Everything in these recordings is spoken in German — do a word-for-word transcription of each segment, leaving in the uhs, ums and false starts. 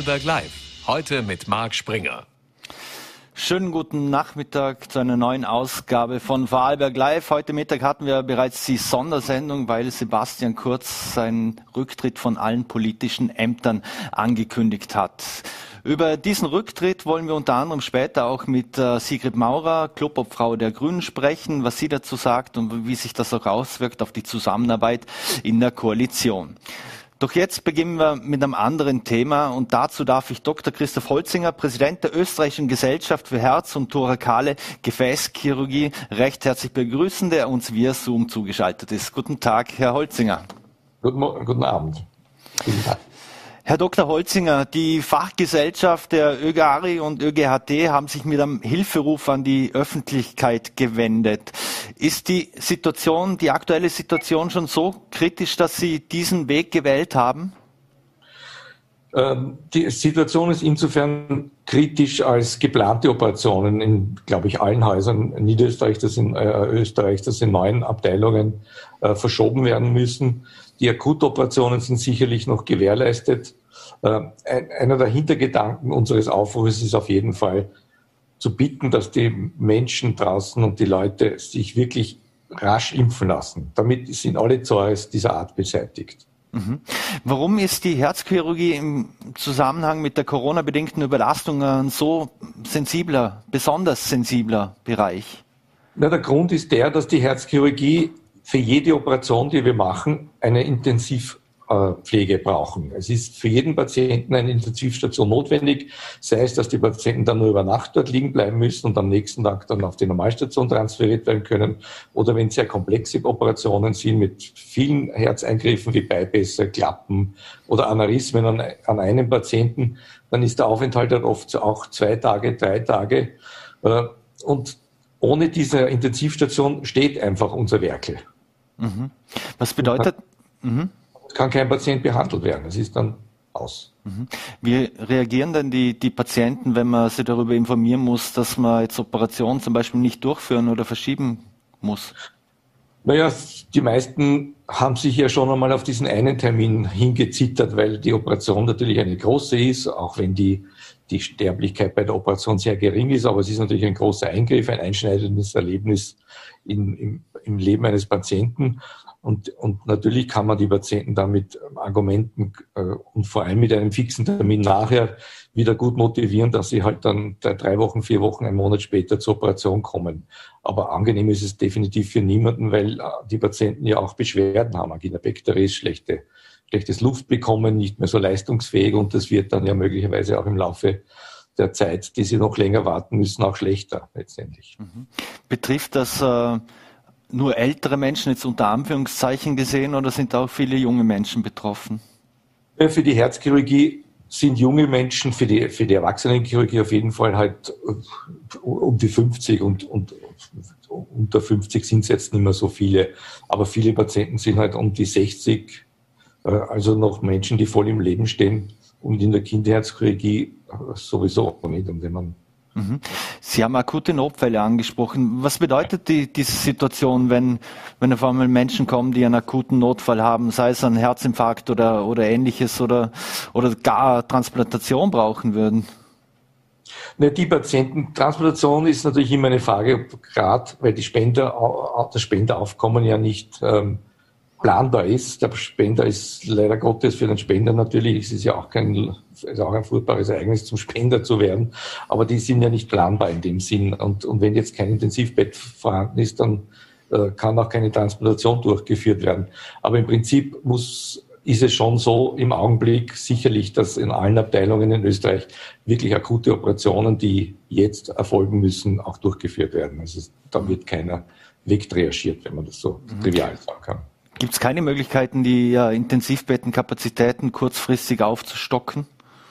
Vorarlberg Live. Heute mit Marc Springer. Schönen guten Nachmittag zu einer neuen Ausgabe von Vorarlberg Live. Heute Mittag hatten wir bereits die Sondersendung, weil Sebastian Kurz seinen Rücktritt von allen politischen Ämtern angekündigt hat. Über diesen Rücktritt wollen wir unter anderem später auch mit äh, Sigrid Maurer, Clubobfrau der Grünen, sprechen, was sie dazu sagt und wie sich das auch auswirkt auf die Zusammenarbeit in der Koalition. Doch jetzt beginnen wir mit einem anderen Thema und dazu darf ich Doktor Christoph Holzinger, Präsident der Österreichischen Gesellschaft für Herz- und thorakale Gefäßchirurgie, recht herzlich begrüßen, der uns via Zoom zugeschaltet ist. Guten Tag, Herr Holzinger. Guten, guten Abend. Guten Tag. Herr Doktor Holzinger, die Fachgesellschaft der ÖGARI und ÖGHT haben sich mit einem Hilferuf an die Öffentlichkeit gewendet. Ist die Situation, die aktuelle Situation schon so kritisch, dass Sie diesen Weg gewählt haben? Ähm, die Situation ist insofern kritisch, als geplante Operationen in, glaube ich, allen Häusern in Niederösterreich, das in äh, Österreich, das in neun Abteilungen äh, verschoben werden müssen. Die Akutoperationen sind sicherlich noch gewährleistet. Äh, ein, einer der Hintergedanken unseres Aufrufs ist auf jeden Fall zu bitten, dass die Menschen draußen und die Leute sich wirklich rasch impfen lassen. Damit sind alle Zores dieser Art beseitigt. Mhm. Warum ist die Herzchirurgie im Zusammenhang mit der Corona-bedingten Überlastung ein so sensibler, besonders sensibler Bereich? Na, der Grund ist der, dass die Herzchirurgie für jede Operation, die wir machen, eine Intensivpflege brauchen. Es ist für jeden Patienten eine Intensivstation notwendig, sei es, dass die Patienten dann nur über Nacht dort liegen bleiben müssen und am nächsten Tag dann auf die Normalstation transferiert werden können, oder wenn es sehr komplexe Operationen sind mit vielen Herzeingriffen wie Bypässe, Klappen oder Aneurysmen an, an einem Patienten, dann ist der Aufenthalt dann oft auch zwei Tage, drei Tage und ohne diese Intensivstation steht einfach unser Werkel. Mhm. Was bedeutet? Mhm. Kann kein Patient behandelt werden. Es ist dann aus. Mhm. Wie reagieren denn die, die Patienten, wenn man sie darüber informieren muss, dass man jetzt Operationen zum Beispiel nicht durchführen oder verschieben muss? Naja, die meisten haben sich ja schon einmal auf diesen einen Termin hingezittert, weil die Operation natürlich eine große ist, auch wenn die, die Sterblichkeit bei der Operation sehr gering ist. Aber es ist natürlich ein großer Eingriff, ein einschneidendes Erlebnis in, im, im Leben eines Patienten. Und, und natürlich kann man die Patienten dann mit Argumenten äh, und vor allem mit einem fixen Termin nachher wieder gut motivieren, dass sie halt dann drei Wochen, vier Wochen, einen Monat später zur Operation kommen. Aber angenehm ist es definitiv für niemanden, weil äh, die Patienten ja auch Beschwerden haben, Angina pectoris, schlechte, schlechtes Luft bekommen, nicht mehr so leistungsfähig, und das wird dann ja möglicherweise auch im Laufe der Zeit, die sie noch länger warten müssen, auch schlechter letztendlich. Mhm. Betrifft das äh nur ältere Menschen, jetzt unter Anführungszeichen gesehen, oder sind auch viele junge Menschen betroffen? Für die Herzchirurgie sind junge Menschen, für die, für die Erwachsenenchirurgie auf jeden Fall halt um die fünfzig, und, und unter fünfzig sind es jetzt nicht mehr so viele. Aber viele Patienten sind halt um die sechzig, also noch Menschen, die voll im Leben stehen, und in der Kinderherzchirurgie sowieso nicht. Und wenn man Sie haben akute Notfälle angesprochen. Was bedeutet die, diese Situation, wenn, wenn auf einmal Menschen kommen, die einen akuten Notfall haben, sei es ein Herzinfarkt oder, oder ähnliches, oder, oder gar Transplantation brauchen würden? Ne, die Patiententransplantation ist natürlich immer eine Frage, gerade weil die Spender, das Spenderaufkommen ja nicht ähm, planbar ist. Der Spender ist leider Gottes für den Spender natürlich, es ist ja auch kein, ist auch ein furchtbares Ereignis, zum Spender zu werden, aber die sind ja nicht planbar in dem Sinn. Und, und wenn jetzt kein Intensivbett vorhanden ist, dann äh, kann auch keine Transplantation durchgeführt werden. Aber im Prinzip muss, ist es schon so im Augenblick sicherlich, dass in allen Abteilungen in Österreich wirklich akute Operationen, die jetzt erfolgen müssen, auch durchgeführt werden. Also da wird keiner wegtriagiert, wenn man das so mhm. trivial sagen kann. Gibt es keine Möglichkeiten, die ja, Intensivbettenkapazitäten kurzfristig aufzustocken?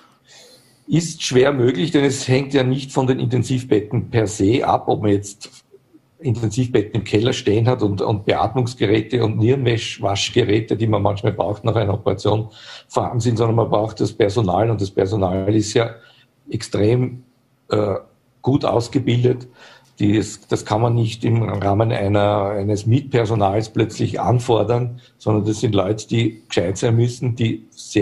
Ist schwer möglich, denn es hängt ja nicht von den Intensivbetten per se ab, ob man jetzt Intensivbetten im Keller stehen hat und, und Beatmungsgeräte und Nierenwaschgeräte, die man manchmal braucht nach einer Operation, vorhanden sind, sondern man braucht das Personal, und das Personal ist ja extrem äh, gut ausgebildet. Die ist, das kann man nicht im Rahmen einer, eines Mietpersonals plötzlich anfordern, sondern das sind Leute, die gescheit sein müssen, die sehr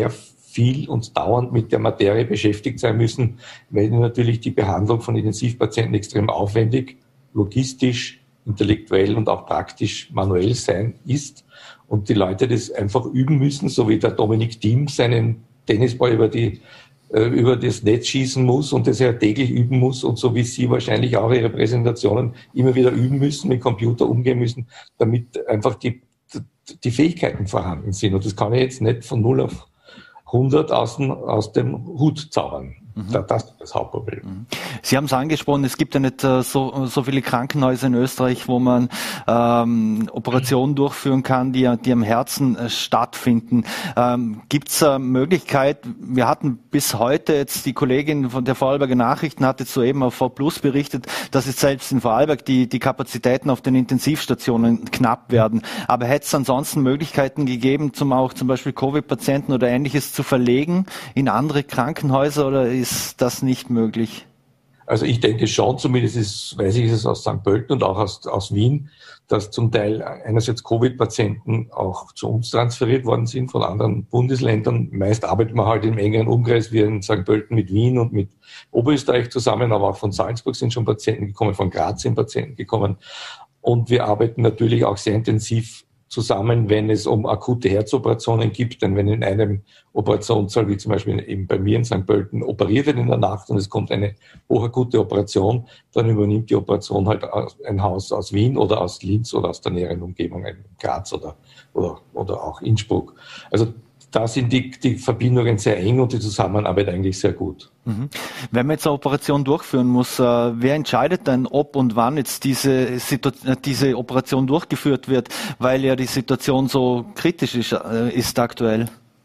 viel und dauernd mit der Materie beschäftigt sein müssen, weil natürlich die Behandlung von Intensivpatienten extrem aufwendig, logistisch, intellektuell und auch praktisch manuell sein ist und die Leute das einfach üben müssen, so wie der Dominik Thiem seinen Tennisball über die über das Netz schießen muss und das er täglich üben muss und so wie Sie wahrscheinlich auch Ihre Präsentationen immer wieder üben müssen, mit Computer umgehen müssen, damit einfach die, die Fähigkeiten vorhanden sind. Und das kann ich jetzt nicht von null auf hundert aus dem, aus dem Hut zaubern. Mhm. Das ist das Hauptproblem. Mhm. Sie haben es angesprochen, es gibt ja nicht äh, so, so viele Krankenhäuser in Österreich, wo man ähm, Operationen durchführen kann, die, die am Herzen äh, stattfinden. Ähm, gibt es äh, Möglichkeit, wir hatten bis heute jetzt, die Kollegin von der Vorarlberger Nachrichten hat jetzt soeben auf V Plus berichtet, dass jetzt selbst in Vorarlberg die, die Kapazitäten auf den Intensivstationen knapp werden. Aber hätte es ansonsten Möglichkeiten gegeben, zum auch zum Beispiel Covid-Patienten oder Ähnliches zu verlegen in andere Krankenhäuser oder ist das nicht möglich? Also ich denke schon, zumindest ist, weiß ich es aus Sankt Pölten und auch aus, aus Wien, dass zum Teil einerseits Covid-Patienten auch zu uns transferiert worden sind von anderen Bundesländern. Meist arbeitet man halt im engeren Umkreis wie in Sankt Pölten mit Wien und mit Oberösterreich zusammen, aber auch von Salzburg sind schon Patienten gekommen, von Graz sind Patienten gekommen. Und wir arbeiten natürlich auch sehr intensiv zusammen, wenn es um akute Herzoperationen gibt, denn wenn in einem Operationssaal, wie zum Beispiel eben bei mir in Sankt Pölten, operiert wird in der Nacht und es kommt eine hochakute Operation, dann übernimmt die Operation halt ein Haus aus Wien oder aus Linz oder aus der näheren Umgebung, in Graz oder, oder, oder auch Innsbruck. Also da sind die, die Verbindungen sehr eng und die Zusammenarbeit eigentlich sehr gut. Mhm. Wenn man jetzt eine Operation durchführen muss, äh, wer entscheidet dann, ob und wann jetzt diese, Situ- diese Operation durchgeführt wird, weil ja die Situation so kritisch ist, äh, ist aktuell?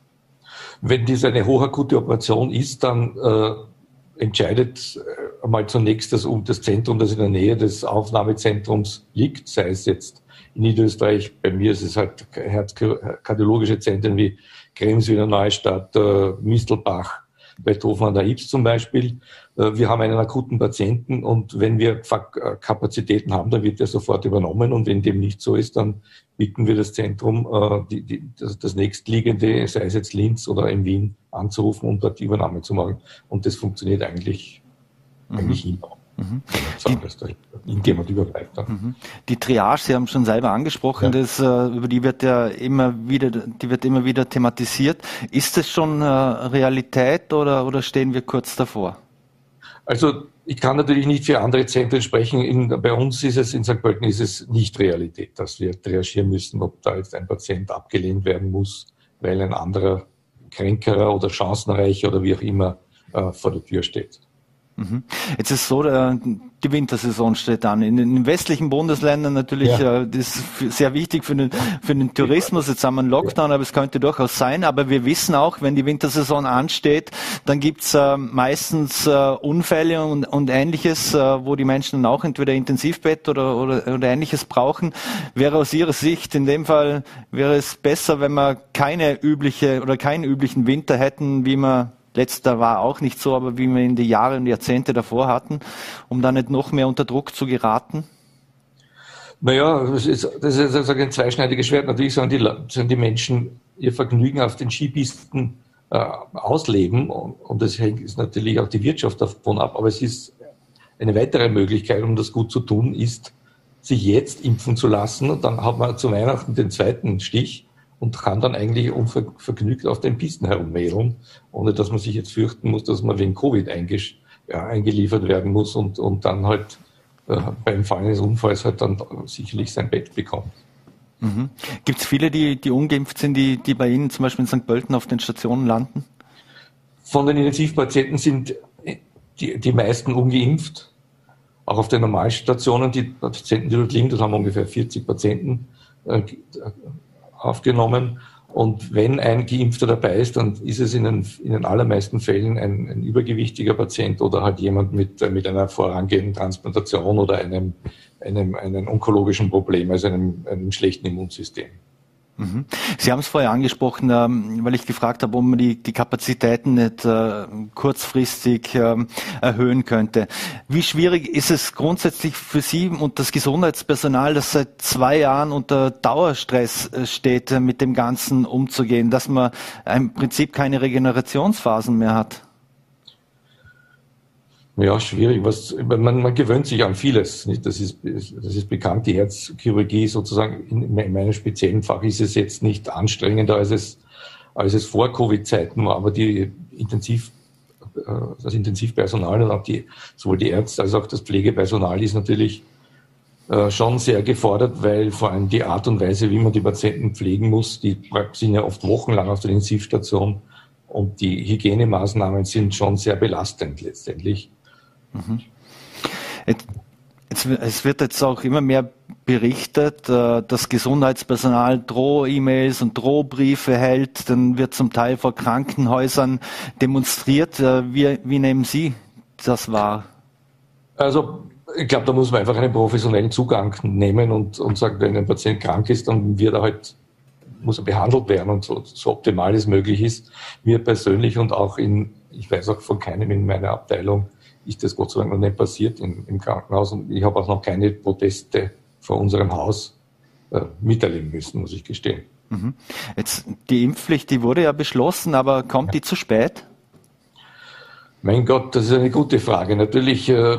Wenn dies eine hochakute Operation ist, dann äh, entscheidet äh, einmal zunächst das, das Zentrum, das in der Nähe des Aufnahmezentrums liegt, sei es jetzt in Niederösterreich, bei mir ist es halt herzkardiologische Zentren wie Krems, Wiener Neustadt, äh, Mistelbach, Beethoven an der Ips zum Beispiel. Äh, wir haben einen akuten Patienten und wenn wir Kapazitäten haben, dann wird er sofort übernommen und wenn dem nicht so ist, dann bitten wir das Zentrum, äh, die, die, das, das nächstliegende, sei es jetzt Linz oder in Wien, anzurufen und dort die Übernahme zu machen. Und das funktioniert eigentlich, mhm. eigentlich immer. Mhm. Die, die, überbleibt dann. Mhm. Die Triage, Sie haben schon selber angesprochen, ja. das, äh, über die wird ja immer wieder, die wird immer wieder thematisiert. Ist das schon äh, Realität oder, oder stehen wir kurz davor? Also ich kann natürlich nicht für andere Zentren sprechen. In, bei uns ist es, in Sankt Pölten ist es nicht Realität, dass wir triagieren müssen, ob da jetzt ein Patient abgelehnt werden muss, weil ein anderer kränkerer oder chancenreicher oder wie auch immer äh, vor der Tür steht. Jetzt ist es so, die Wintersaison steht an. In den westlichen Bundesländern natürlich, ja. das ist sehr wichtig für den, für den Tourismus. Jetzt haben wir einen Lockdown, aber es könnte durchaus sein. Aber wir wissen auch, wenn die Wintersaison ansteht, dann gibt's äh, meistens äh, Unfälle und, und Ähnliches, äh, wo die Menschen dann auch entweder Intensivbett oder, oder, oder Ähnliches brauchen. Wäre aus Ihrer Sicht in dem Fall, wäre es besser, wenn wir keine übliche oder keinen üblichen Winter hätten, wie wir letzter war auch nicht so, aber wie wir in die Jahre und Jahrzehnte davor hatten, um da nicht noch mehr unter Druck zu geraten? Naja, das ist, das ist also ein zweischneidiges Schwert. Natürlich sollen die, sollen die Menschen ihr Vergnügen auf den Skipisten äh, ausleben und, und das hängt ist natürlich auch die Wirtschaft davon ab. Aber es ist eine weitere Möglichkeit, um das gut zu tun, ist, sich jetzt impfen zu lassen. Und dann hat man zu Weihnachten den zweiten Stich und kann dann eigentlich unvergnügt auf den Pisten herummädeln, ohne dass man sich jetzt fürchten muss, dass man wegen Covid eingesch- ja, eingeliefert werden muss und, und dann halt äh, beim Fall eines Unfalls halt dann sicherlich sein Bett bekommt. Mhm. Gibt es viele, die, die ungeimpft sind, die, die bei Ihnen zum Beispiel in Sankt Pölten auf den Stationen landen? Von den Intensivpatienten sind die, die meisten ungeimpft. Auch auf den Normalstationen, die Patienten, die dort liegen, das haben ungefähr vierzig Patienten äh, aufgenommen. Und wenn ein Geimpfter dabei ist, dann ist es in den, in den allermeisten Fällen ein, ein übergewichtiger Patient oder halt jemand mit, mit einer vorangehenden Transplantation oder einem, einem, einem onkologischen Problem, also einem, einem schlechten Immunsystem. Mhm. Sie haben es vorher angesprochen, ähm, weil ich gefragt habe, ob man die, die Kapazitäten nicht äh, kurzfristig ähm, erhöhen könnte. Wie schwierig ist es grundsätzlich für Sie und das Gesundheitspersonal, das seit zwei Jahren unter Dauerstress äh, steht, äh, mit dem Ganzen umzugehen, dass man im Prinzip keine Regenerationsphasen mehr hat? Ja, schwierig. Was, man, man gewöhnt sich an vieles. Nicht? Das ist, das ist bekannt. Die Herzchirurgie sozusagen in, in meinem speziellen Fach ist es jetzt nicht anstrengender, als es, als es vor Covid-Zeiten war. Aber die Intensiv, das Intensivpersonal und auch die, sowohl die Ärzte als auch das Pflegepersonal ist natürlich äh, schon sehr gefordert, weil vor allem die Art und Weise, wie man die Patienten pflegen muss, die sind ja oft wochenlang auf der Intensivstation und die Hygienemaßnahmen sind schon sehr belastend letztendlich. Mhm. Jetzt, jetzt, es wird jetzt auch immer mehr berichtet, dass Gesundheitspersonal Droh-E-Mails und Drohbriefe hält. Dann wird zum Teil vor Krankenhäusern demonstriert. Wie, wie nehmen Sie das wahr? Also ich glaube, da muss man einfach einen professionellen Zugang nehmen und, und sagen, wenn ein Patient krank ist, dann wird er halt, muss er behandelt werden und so, so optimal es möglich ist. Mir persönlich und auch in, ich weiß auch von keinem in meiner Abteilung, ist das Gott sei Dank noch nicht passiert in, im Krankenhaus und ich habe auch noch keine Proteste vor unserem Haus äh, miterleben müssen, muss ich gestehen. Mhm. Jetzt, die Impfpflicht, die wurde ja beschlossen, aber kommt ja. die zu spät? Mein Gott, das ist eine gute Frage. Natürlich äh,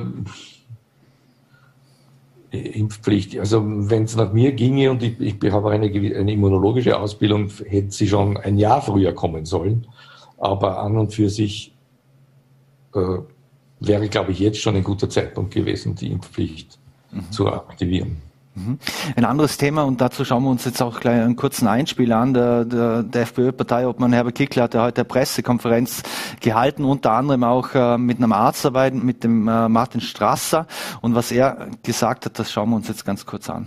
Impfpflicht, also wenn es nach mir ginge und ich, ich habe eine, eine immunologische Ausbildung, hätte sie schon ein Jahr früher kommen sollen. Aber an und für sich äh, wäre, glaube ich, jetzt schon ein guter Zeitpunkt gewesen, die Impfpflicht mhm. zu aktivieren. Mhm. Ein anderes Thema, und dazu schauen wir uns jetzt auch gleich einen kurzen Einspiel an. Der, der, der FPÖ-Parteiobmann Herbert Kickl hat ja heute eine Pressekonferenz gehalten, unter anderem auch äh, mit einem Arzt arbeiten, mit dem äh, Martin Strasser. Und was er gesagt hat, das schauen wir uns jetzt ganz kurz an.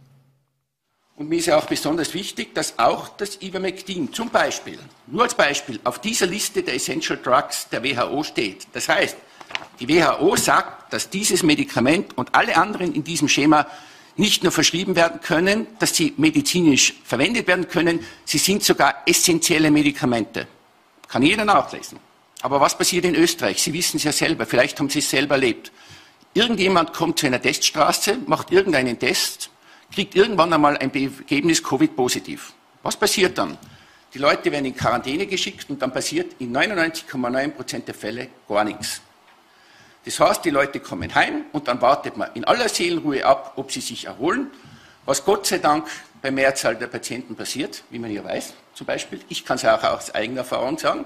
Und mir ist ja auch besonders wichtig, dass auch das Ivermectin zum Beispiel, nur als Beispiel, auf dieser Liste der Essential Drugs der W H O steht. Das heißt, die W H O sagt, dass dieses Medikament und alle anderen in diesem Schema nicht nur verschrieben werden können, dass sie medizinisch verwendet werden können, sie sind sogar essentielle Medikamente. Kann jeder nachlesen. Aber was passiert in Österreich? Sie wissen es ja selber, vielleicht haben Sie es selber erlebt. Irgendjemand kommt zu einer Teststraße, macht irgendeinen Test, kriegt irgendwann einmal ein Ergebnis Covid-positiv. Was passiert dann? Die Leute werden in Quarantäne geschickt und dann passiert in neunundneunzig Komma neun Prozent der Fälle gar nichts. Das heißt, die Leute kommen heim und dann wartet man in aller Seelenruhe ab, ob sie sich erholen, was Gott sei Dank bei Mehrzahl der Patienten passiert, wie man hier weiß, zum Beispiel. Ich kann es auch aus eigener Erfahrung sagen.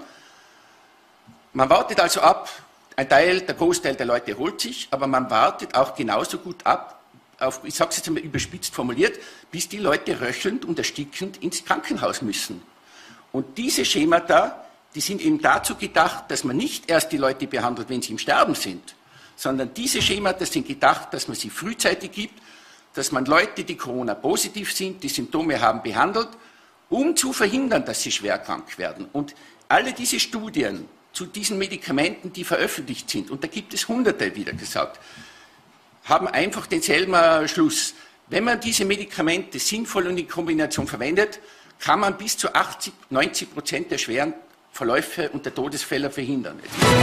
Man wartet also ab, ein Teil, der Großteil der Leute erholt sich, aber man wartet auch genauso gut ab, auf, ich sage es jetzt einmal überspitzt formuliert, bis die Leute röchelnd und erstickend ins Krankenhaus müssen. Und diese Schemata, die sind eben dazu gedacht, dass man nicht erst die Leute behandelt, wenn sie im Sterben sind, sondern diese Schemata sind gedacht, dass man sie frühzeitig gibt, dass man Leute, die Corona-positiv sind, die Symptome haben, behandelt, um zu verhindern, dass sie schwer krank werden. Und alle diese Studien zu diesen Medikamenten, die veröffentlicht sind, und da gibt es Hunderte, wieder gesagt, haben einfach denselben Schluss. Wenn man diese Medikamente sinnvoll und in Kombination verwendet, kann man bis zu achtzig, neunzig Prozent der schweren Verläufe und der Todesfälle verhindern.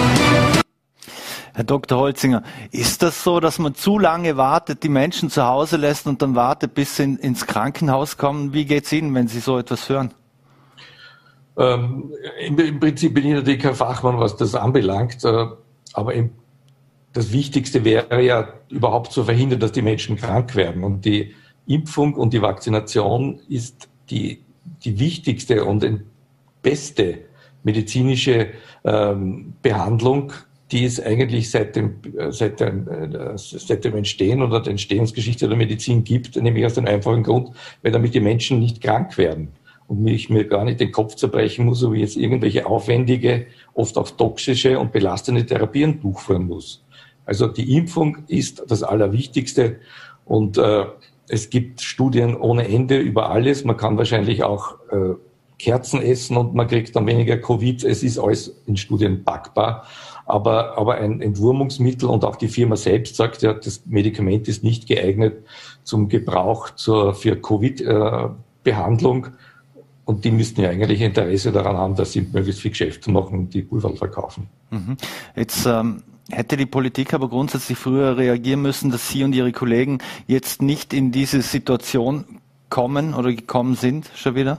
Herr Doktor Holzinger, ist das so, dass man zu lange wartet, die Menschen zu Hause lässt und dann wartet, bis sie in, ins Krankenhaus kommen? Wie geht es Ihnen, wenn Sie so etwas hören? Ähm, im, Im Prinzip bin ich natürlich kein Fachmann, was das anbelangt, äh, aber im, das Wichtigste wäre ja überhaupt zu verhindern, dass die Menschen krank werden. Und die Impfung und die Vakzination ist die, die wichtigste und beste medizinische ähm, Behandlung, die es eigentlich seit dem, seit, dem, äh, seit dem Entstehen oder der Entstehungsgeschichte der Medizin gibt, nämlich aus dem einfachen Grund, weil damit die Menschen nicht krank werden und ich mir gar nicht den Kopf zerbrechen muss, so wie jetzt irgendwelche aufwendige, oft auch toxische und belastende Therapien durchführen muss. Also die Impfung ist das Allerwichtigste und äh, es gibt Studien ohne Ende über alles. Man kann wahrscheinlich auch äh, Kerzen essen und man kriegt dann weniger Covid. Es ist alles in Studien packbar. Aber, aber ein Entwurmungsmittel und auch die Firma selbst sagt ja, das Medikament ist nicht geeignet zum Gebrauch zur, für Covid-Behandlung. und die müssten ja eigentlich Interesse daran haben, dass sie möglichst viel Geschäft machen und die Pulver verkaufen. Mhm. Jetzt ähm, hätte die Politik aber grundsätzlich früher reagieren müssen, dass Sie und Ihre Kollegen jetzt nicht in diese Situation kommen oder gekommen sind, schon wieder?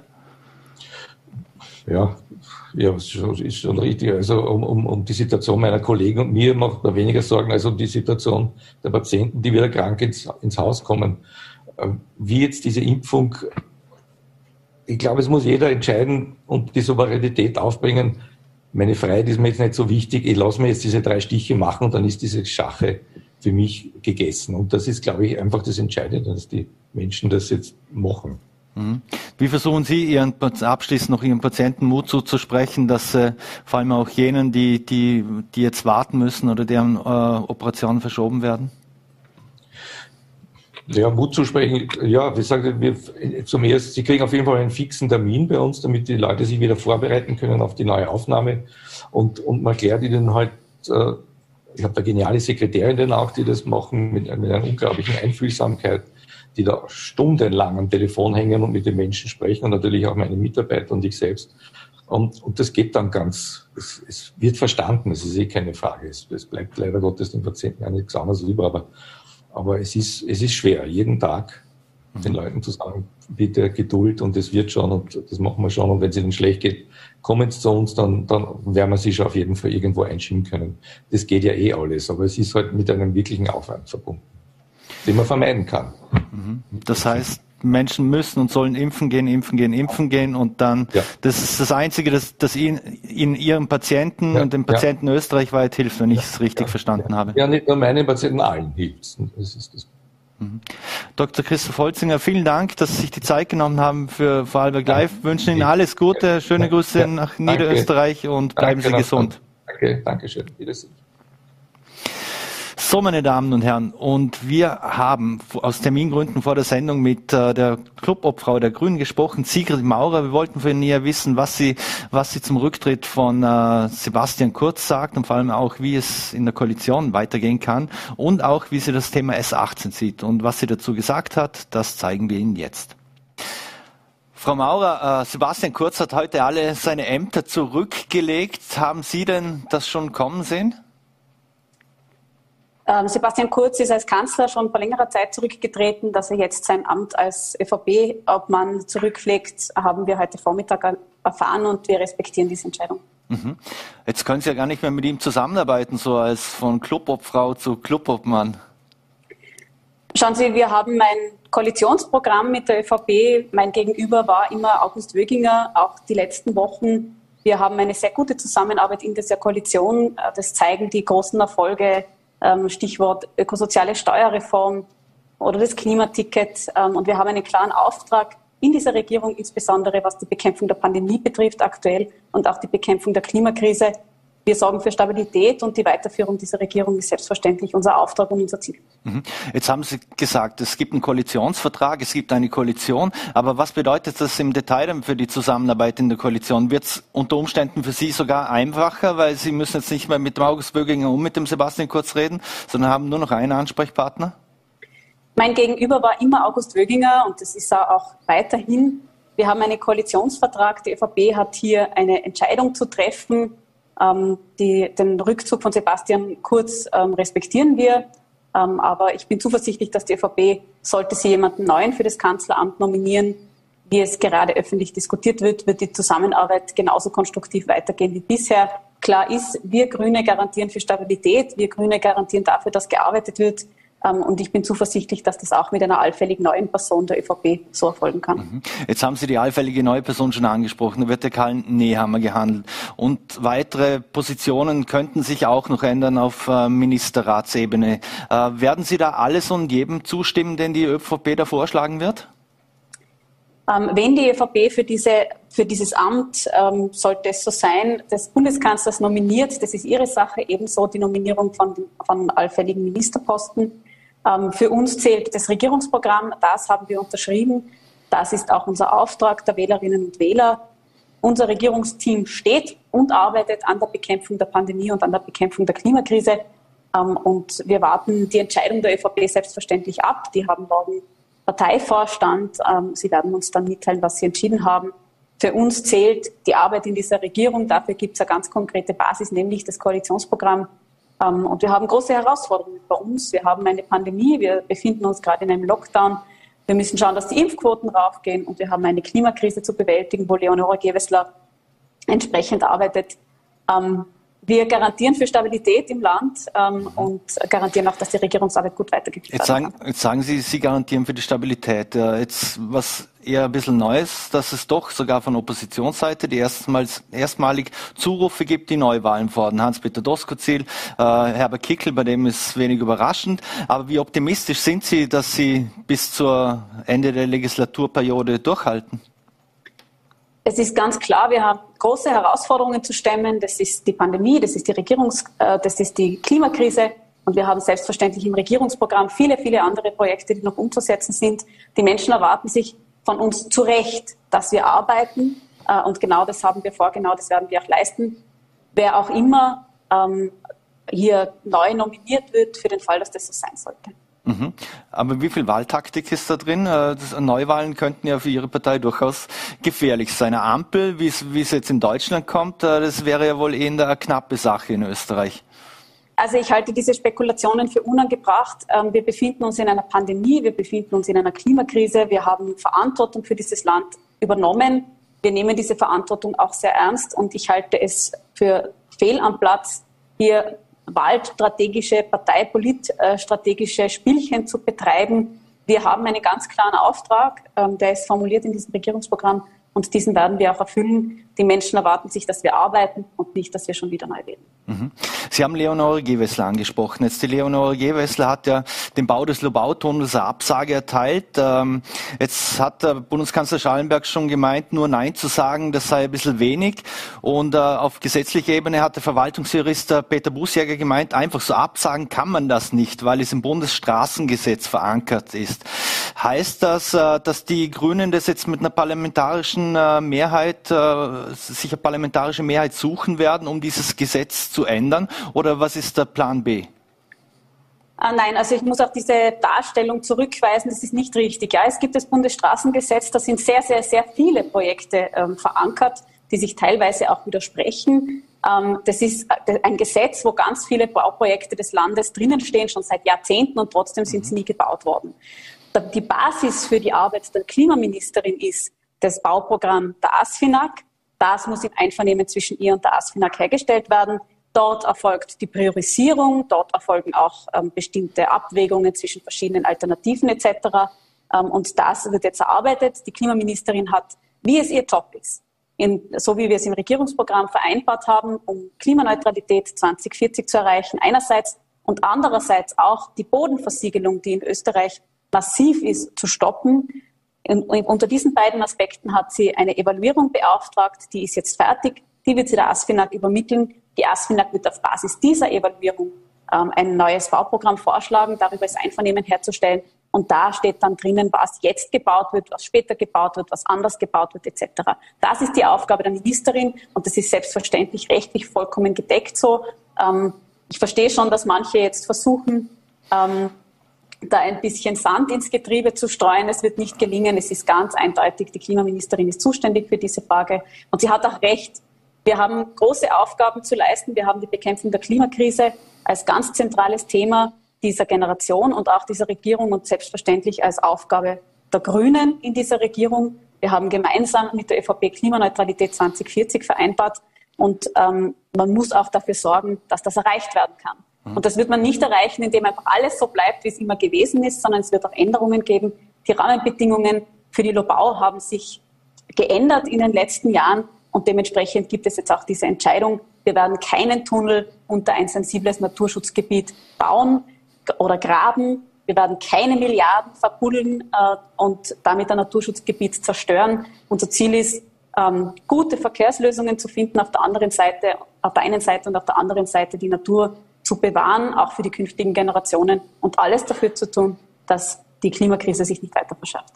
Ja, ja, ist schon, ist schon richtig. Also um, um, um die Situation meiner Kollegen und mir macht man weniger Sorgen als um die Situation der Patienten, die wieder krank ins, ins Haus kommen. Wie jetzt diese Impfung, ich glaube, es muss jeder entscheiden und die Souveränität aufbringen. Meine Freiheit ist mir jetzt nicht so wichtig. Ich lasse mir jetzt diese drei Stiche machen und dann ist diese Sache für mich gegessen. Und das ist, glaube ich, einfach das Entscheidende, dass die Menschen das jetzt machen. Wie versuchen Sie, Ihren abschließend noch Ihren Patienten Mut zuzusprechen, dass äh, vor allem auch jenen, die, die, die jetzt warten müssen oder deren äh, Operationen verschoben werden? Ja, Mut zu sprechen. Ja, wie gesagt, wir zum ersten, Sie kriegen auf jeden Fall einen fixen Termin bei uns, damit die Leute sich wieder vorbereiten können auf die neue Aufnahme. Und, und man erklärt ihnen halt, äh, ich habe da geniale Sekretärinnen auch, die das machen mit, mit einer unglaublichen Einfühlsamkeit, die da stundenlang am Telefon hängen und mit den Menschen sprechen und natürlich auch meine Mitarbeiter und ich selbst. Und, und das geht dann ganz, es, es wird verstanden, das ist eh keine Frage. Es, es bleibt leider Gottes den Patienten ja nichts anderes über, aber, aber es ist, es ist schwer, jeden Tag den Leuten zu sagen, bitte Geduld und es wird schon und das machen wir schon und wenn es ihnen schlecht geht, kommen sie zu uns, dann, dann werden wir sie schon auf jeden Fall irgendwo einschieben können. Das geht ja eh alles, aber es ist halt mit einem wirklichen Aufwand verbunden, den man vermeiden kann. Das heißt, Menschen müssen und sollen impfen gehen, impfen gehen, impfen gehen und dann, ja. Das ist das Einzige, das, das Ihnen, Ihnen Ihren Patienten ja, und den Patienten ja. österreichweit hilft, wenn ich es richtig ja, verstanden ja. habe. Ja, nicht nur meinen Patienten, allen hilft. Das ist das. Mhm. Doktor Christoph Holzinger, vielen Dank, dass Sie sich die Zeit genommen haben für Vorarlberg Live. Ja. Wünschen Ihnen alles Gute, schöne Grüße ja. nach Niederösterreich danke. Und bleiben danke, Sie gesund. Danke, danke schön. Wiedersehen. So, meine Damen und Herren, und wir haben aus Termingründen vor der Sendung mit äh, der Clubobfrau der Grünen gesprochen, Sigrid Maurer. Wir wollten von ihr wissen, was sie, was sie zum Rücktritt von äh, Sebastian Kurz sagt und vor allem auch, wie es in der Koalition weitergehen kann und auch, wie sie das Thema S achtzehn sieht. Und was sie dazu gesagt hat, das zeigen wir Ihnen jetzt. Frau Maurer, äh, Sebastian Kurz hat heute alle seine Ämter zurückgelegt. Haben Sie denn das schon kommen sehen? Sebastian Kurz ist als Kanzler schon vor längerer Zeit zurückgetreten. Dass er jetzt sein Amt als ÖVP-Obmann zurücklegt, haben wir heute Vormittag erfahren und wir respektieren diese Entscheidung. Mhm. Jetzt können Sie ja gar nicht mehr mit ihm zusammenarbeiten, so als von Clubobfrau zu Clubobmann. Schauen Sie, wir haben ein Koalitionsprogramm mit der ÖVP. Mein Gegenüber war immer August Wöginger, auch die letzten Wochen. Wir haben eine sehr gute Zusammenarbeit in dieser Koalition. Das zeigen die großen Erfolge, Stichwort ökosoziale Steuerreform oder das Klimaticket. Und wir haben einen klaren Auftrag in dieser Regierung, insbesondere was die Bekämpfung der Pandemie betrifft aktuell und auch die Bekämpfung der Klimakrise. Wir sorgen für Stabilität und die Weiterführung dieser Regierung ist selbstverständlich unser Auftrag und unser Ziel. Jetzt haben Sie gesagt, es gibt einen Koalitionsvertrag, es gibt eine Koalition. Aber was bedeutet das im Detail dann für die Zusammenarbeit in der Koalition? Wird es unter Umständen für Sie sogar einfacher, weil Sie müssen jetzt nicht mehr mit dem August Wöginger und mit dem Sebastian Kurz reden, sondern haben nur noch einen Ansprechpartner? Mein Gegenüber war immer August Wöginger und das ist auch weiterhin. Wir haben einen Koalitionsvertrag. Die ÖVP hat hier eine Entscheidung zu treffen. Ähm, die, den Rückzug von Sebastian Kurz ähm, respektieren wir. Ähm, aber ich bin zuversichtlich, dass die ÖVP, sollte sie jemanden Neuen für das Kanzleramt nominieren, wie es gerade öffentlich diskutiert wird, wird die Zusammenarbeit genauso konstruktiv weitergehen wie bisher. Klar ist, wir Grüne garantieren für Stabilität, wir Grüne garantieren dafür, dass gearbeitet wird. Und ich bin zuversichtlich, dass das auch mit einer allfällig neuen Person der ÖVP so erfolgen kann. Jetzt haben Sie die allfällige neue Person schon angesprochen. Da wird der Karl Nehammer gehandelt. Und weitere Positionen könnten sich auch noch ändern auf Ministerratsebene. Werden Sie da alles und jedem zustimmen, den die ÖVP da vorschlagen wird? Ähm, wenn die ÖVP für, diese, für dieses Amt, ähm, sollte es so sein, des Bundeskanzlers nominiert, das ist ihre Sache, ebenso die Nominierung von, von allfälligen Ministerposten. Ähm, für uns zählt das Regierungsprogramm, das haben wir unterschrieben, das ist auch unser Auftrag der Wählerinnen und Wähler. Unser Regierungsteam steht und arbeitet an der Bekämpfung der Pandemie und an der Bekämpfung der Klimakrise. Ähm, und wir warten die Entscheidung der ÖVP selbstverständlich ab. Die haben morgen Parteivorstand. Sie werden uns dann mitteilen, was sie entschieden haben. Für uns zählt die Arbeit in dieser Regierung. Dafür gibt es eine ganz konkrete Basis, nämlich das Koalitionsprogramm. Und wir haben große Herausforderungen bei uns. Wir haben eine Pandemie, wir befinden uns gerade in einem Lockdown. Wir müssen schauen, dass die Impfquoten raufgehen. Und wir haben eine Klimakrise zu bewältigen, wo Leonore Gewessler entsprechend arbeitet. Wir garantieren für Stabilität im Land ähm, und garantieren auch, dass die Regierungsarbeit gut weitergeht. Jetzt sagen, jetzt sagen Sie, Sie garantieren für die Stabilität. Jetzt was eher ein bisschen Neues, dass es doch sogar von Oppositionsseite die erstmals, erstmalig Zurufe gibt, die Neuwahlen fordern. Hans-Peter Doskozil, äh, Herbert Kickl, bei dem ist wenig überraschend. Aber wie optimistisch sind Sie, dass Sie bis zur Ende der Legislaturperiode durchhalten? Es ist ganz klar, wir haben große Herausforderungen zu stemmen. Das ist die Pandemie, das ist die Regierungs-, äh, das ist die Klimakrise. Und wir haben selbstverständlich im Regierungsprogramm viele, viele andere Projekte, die noch umzusetzen sind. Die Menschen erwarten sich von uns zu Recht, dass wir arbeiten. Äh, und genau das haben wir vor, genau das werden wir auch leisten. Wer auch immer ähm, hier neu nominiert wird, für den Fall, dass das so sein sollte. Mhm. Aber wie viel Wahltaktik ist da drin? Das, Neuwahlen könnten ja für Ihre Partei durchaus gefährlich sein. Eine Ampel, wie es, wie es jetzt in Deutschland kommt, das wäre ja wohl eher eine knappe Sache in Österreich. Also ich halte diese Spekulationen für unangebracht. Wir befinden uns in einer Pandemie, wir befinden uns in einer Klimakrise, wir haben Verantwortung für dieses Land übernommen. Wir nehmen diese Verantwortung auch sehr ernst und ich halte es für fehl am Platz, hier wahlstrategische, parteipolitstrategische Spielchen zu betreiben. Wir haben einen ganz klaren Auftrag, der ist formuliert in diesem Regierungsprogramm und diesen werden wir auch erfüllen. Die Menschen erwarten sich, dass wir arbeiten und nicht, dass wir schon wieder neu wählen. Mhm. Sie haben Leonore Gewessler angesprochen. Jetzt die Leonore Gewessler hat ja den Bau des Lobautunnels eine Absage erteilt. Ähm, jetzt hat der Bundeskanzler Schallenberg schon gemeint, nur Nein zu sagen, das sei ein bisschen wenig. Und äh, auf gesetzlicher Ebene hat der Verwaltungsjurist äh, Peter Bußjäger gemeint, einfach so absagen kann man das nicht, weil es im Bundesstraßengesetz verankert ist. Heißt das, äh, dass die Grünen das jetzt mit einer parlamentarischen äh, Mehrheit, äh, sich eine parlamentarische Mehrheit suchen werden, um dieses Gesetz zu ändern? Oder was ist der Plan B? Ah, nein, also ich muss auch diese Darstellung zurückweisen, das ist nicht richtig. Ja, es gibt das Bundesstraßengesetz, da sind sehr, sehr, sehr viele Projekte ähm, verankert, die sich teilweise auch widersprechen. Ähm, das ist ein Gesetz, wo ganz viele Bauprojekte des Landes drinnen stehen, schon seit Jahrzehnten und trotzdem sind sie nie gebaut worden. Die Basis für die Arbeit der Klimaministerin ist das Bauprogramm der ASFINAG. Das muss im Einvernehmen zwischen ihr und der ASFINAG hergestellt werden. Dort erfolgt die Priorisierung, dort erfolgen auch ähm, bestimmte Abwägungen zwischen verschiedenen Alternativen et cetera. Ähm, und das wird jetzt erarbeitet. Die Klimaministerin hat, wie es ihr Job ist, in, so wie wir es im Regierungsprogramm vereinbart haben, um Klimaneutralität zwanzig vierzig zu erreichen einerseits und andererseits auch die Bodenversiegelung, die in Österreich massiv ist, zu stoppen. Und unter diesen beiden Aspekten hat sie eine Evaluierung beauftragt, die ist jetzt fertig, die wird sie der ASFINAG übermitteln. Die ASFINAG wird auf Basis dieser Evaluierung ähm, ein neues Bauprogramm vorschlagen, darüber ist Einvernehmen herzustellen. Und da steht dann drinnen, was jetzt gebaut wird, was später gebaut wird, was anders gebaut wird et cetera. Das ist die Aufgabe der Ministerin und das ist selbstverständlich rechtlich vollkommen gedeckt so. Ähm, ich verstehe schon, dass manche jetzt versuchen, ähm, da ein bisschen Sand ins Getriebe zu streuen. Es wird nicht gelingen. Es ist ganz eindeutig, die Klimaministerin ist zuständig für diese Frage. Und sie hat auch recht. Wir haben große Aufgaben zu leisten. Wir haben die Bekämpfung der Klimakrise als ganz zentrales Thema dieser Generation und auch dieser Regierung und selbstverständlich als Aufgabe der Grünen in dieser Regierung. Wir haben gemeinsam mit der ÖVP Klimaneutralität zwanzig vierzig vereinbart und ähm, man muss auch dafür sorgen, dass das erreicht werden kann. Und das wird man nicht erreichen, indem einfach alles so bleibt, wie es immer gewesen ist, sondern es wird auch Änderungen geben. Die Rahmenbedingungen für die Lobau haben sich geändert in den letzten Jahren und dementsprechend gibt es jetzt auch diese Entscheidung, wir werden keinen Tunnel unter ein sensibles Naturschutzgebiet bauen oder graben. Wir werden keine Milliarden verbuddeln äh, und damit ein Naturschutzgebiet zerstören. Unser Ziel ist, ähm, gute Verkehrslösungen zu finden auf der anderen Seite, auf der einen Seite und auf der anderen Seite die Natur zu bewahren, auch für die künftigen Generationen und alles dafür zu tun, dass die Klimakrise sich nicht weiter verschärft.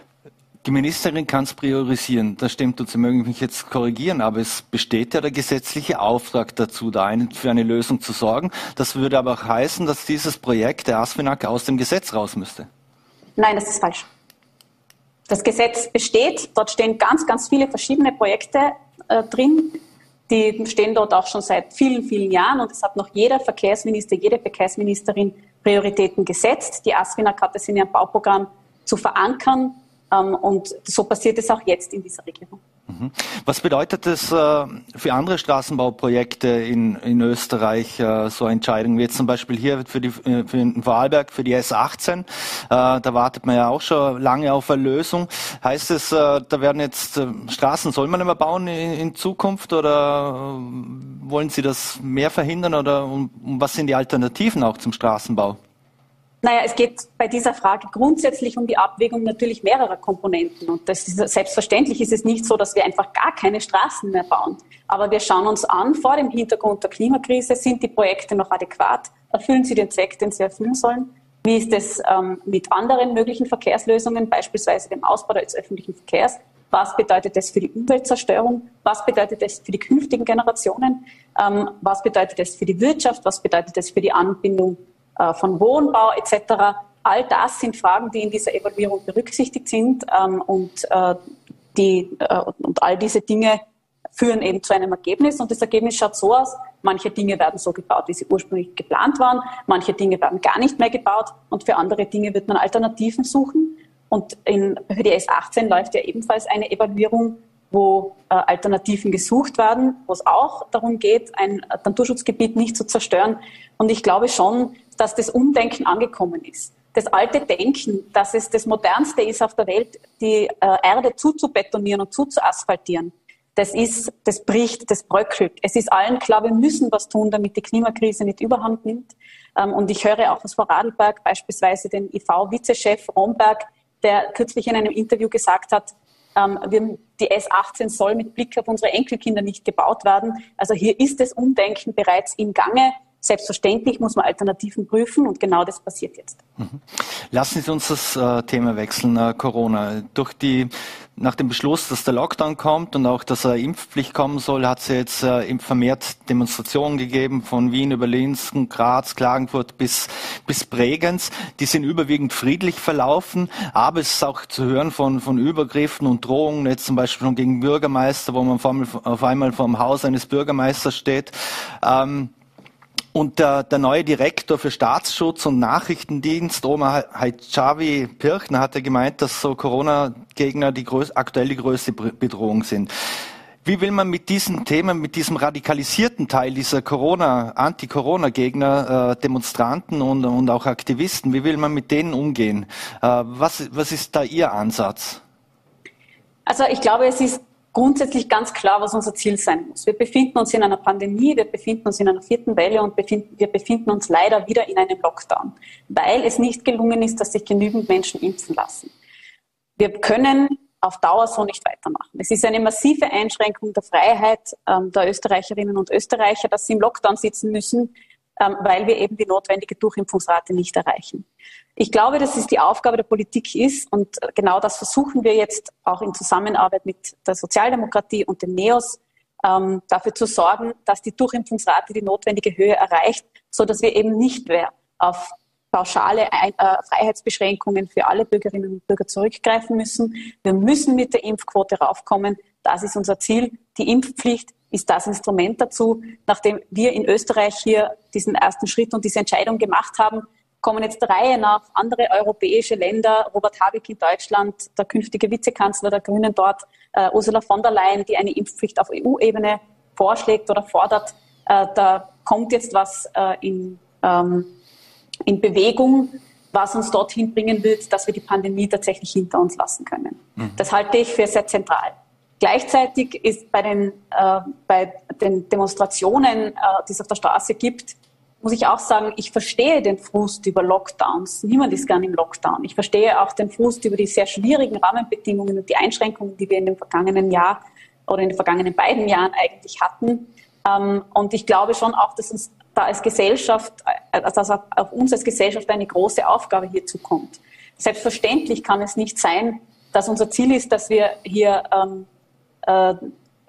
Die Ministerin kann es priorisieren, das stimmt und Sie mögen mich jetzt korrigieren, aber es besteht ja der gesetzliche Auftrag dazu, da für eine Lösung zu sorgen. Das würde aber auch heißen, dass dieses Projekt der ASFINAG aus dem Gesetz raus müsste. Nein, das ist falsch. das Gesetz besteht. Dort stehen ganz, ganz viele verschiedene Projekte äh, drin. Die stehen dort auch schon seit vielen, vielen Jahren. Und es hat noch jeder Verkehrsminister, jede Verkehrsministerin Prioritäten gesetzt. Die ASFINAG hat es in ihrem Bauprogramm zu verankern. Und so passiert es auch jetzt in dieser Regierung. Was bedeutet das für andere Straßenbauprojekte in, in Österreich, so Entscheidungen wie jetzt zum Beispiel hier für, die, für den Vorarlberg, für die S achtzehn? Da wartet man ja auch schon lange auf eine Lösung. Heißt es, da werden jetzt Straßen, soll man nicht mehr bauen in, in Zukunft oder wollen Sie das mehr verhindern oder um, was sind die Alternativen auch zum Straßenbau? Naja, es geht bei dieser Frage grundsätzlich um die Abwägung natürlich mehrerer Komponenten. Und das ist, selbstverständlich ist es nicht so, dass wir einfach gar keine Straßen mehr bauen. Aber wir schauen uns an, vor dem Hintergrund der Klimakrise, sind die Projekte noch adäquat? Erfüllen sie den Zweck, den sie erfüllen sollen? Wie ist es ähm, mit anderen möglichen Verkehrslösungen, beispielsweise dem Ausbau des öffentlichen Verkehrs? Was bedeutet das für die Umweltzerstörung? Was bedeutet das für die künftigen Generationen? Ähm, was bedeutet das für die Wirtschaft? Was bedeutet das für die Anbindung von Wohnbau et cetera. All das sind Fragen, die in dieser Evaluierung berücksichtigt sind ähm, und, äh, die, äh, und all diese Dinge führen eben zu einem Ergebnis. Und das Ergebnis schaut so aus, manche Dinge werden so gebaut, wie sie ursprünglich geplant waren, manche Dinge werden gar nicht mehr gebaut und für andere Dinge wird man Alternativen suchen. Und in, für die S achtzehn läuft ja ebenfalls eine Evaluierung, wo äh, Alternativen gesucht werden, wo es auch darum geht, ein Naturschutzgebiet nicht zu zerstören. Und ich glaube schon, dass das Umdenken angekommen ist. Das alte Denken, dass es das Modernste ist auf der Welt, die äh, Erde zuzubetonieren und zuzuasphaltieren, das ist, das bricht, das bröckelt. Es ist allen klar, wir müssen was tun, damit die Klimakrise nicht überhand nimmt. Ähm, und ich höre auch aus Vorarlberg beispielsweise den I V-Vizechef Romberg, der kürzlich in einem Interview gesagt hat, ähm, wir, die S achtzehn soll mit Blick auf unsere Enkelkinder nicht gebaut werden. Also hier ist das Umdenken bereits im Gange. Selbstverständlich muss man Alternativen prüfen und genau das passiert jetzt. Lassen Sie uns das äh, Thema wechseln, äh, Corona. Durch die, nach dem Beschluss, dass der Lockdown kommt und auch, dass eine Impfpflicht kommen soll, hat es jetzt äh, vermehrt Demonstrationen gegeben von Wien über Linz, Graz, Klagenfurt bis, bis Bregenz. Die sind überwiegend friedlich verlaufen, aber es ist auch zu hören von, von Übergriffen und Drohungen, jetzt zum Beispiel schon gegen Bürgermeister, wo man auf einmal, auf einmal vor dem Haus eines Bürgermeisters steht. Ähm, Und der, der neue Direktor für Staatsschutz und Nachrichtendienst, Omar Hijavi Pirchner, hat ja gemeint, dass so Corona-Gegner die größ- aktuell die größte Bedrohung sind. Wie will man mit diesen Themen, mit diesem radikalisierten Teil dieser Corona, Anti-Corona-Gegner, äh, Demonstranten und, und auch Aktivisten, wie will man mit denen umgehen? Äh, was, was ist da Ihr Ansatz? Also ich glaube, es ist grundsätzlich ganz klar, was unser Ziel sein muss. Wir befinden uns in einer Pandemie, wir befinden uns in einer vierten Welle und befinden, wir befinden uns leider wieder in einem Lockdown, weil es nicht gelungen ist, dass sich genügend Menschen impfen lassen. Wir können auf Dauer so nicht weitermachen. Es ist eine massive Einschränkung der Freiheit ähm, der Österreicherinnen und Österreicher, dass sie im Lockdown sitzen müssen, ähm, weil wir eben die notwendige Durchimpfungsrate nicht erreichen. Ich glaube, dass es die Aufgabe der Politik ist und genau das versuchen wir jetzt auch in Zusammenarbeit mit der Sozialdemokratie und den NEOS ähm, dafür zu sorgen, dass die Durchimpfungsrate die notwendige Höhe erreicht, so dass wir eben nicht mehr auf pauschale Ein- äh, Freiheitsbeschränkungen für alle Bürgerinnen und Bürger zurückgreifen müssen. Wir müssen mit der Impfquote raufkommen. Das ist unser Ziel. Die Impfpflicht ist das Instrument dazu. Nachdem wir in Österreich hier diesen ersten Schritt und diese Entscheidung gemacht haben, kommen jetzt der Reihe nach andere europäische Länder, Robert Habeck in Deutschland, der künftige Vizekanzler der Grünen dort, äh, Ursula von der Leyen, die eine Impfpflicht auf E U-Ebene vorschlägt oder fordert. Äh, da kommt jetzt was äh, in, ähm, in Bewegung, was uns dorthin bringen wird, dass wir die Pandemie tatsächlich hinter uns lassen können. Mhm. Das halte ich für sehr zentral. Gleichzeitig ist bei den, äh, bei den Demonstrationen, äh, die es auf der Straße gibt, muss ich auch sagen, ich verstehe den Frust über Lockdowns. Niemand ist gern im Lockdown. Ich verstehe auch den Frust über die sehr schwierigen Rahmenbedingungen und die Einschränkungen, die wir in dem vergangenen Jahr oder in den vergangenen beiden Jahren eigentlich hatten. Und ich glaube schon auch, dass uns da als Gesellschaft, also auf uns als Gesellschaft eine große Aufgabe hier zukommt. Selbstverständlich kann es nicht sein, dass unser Ziel ist, dass wir hier ähm, äh,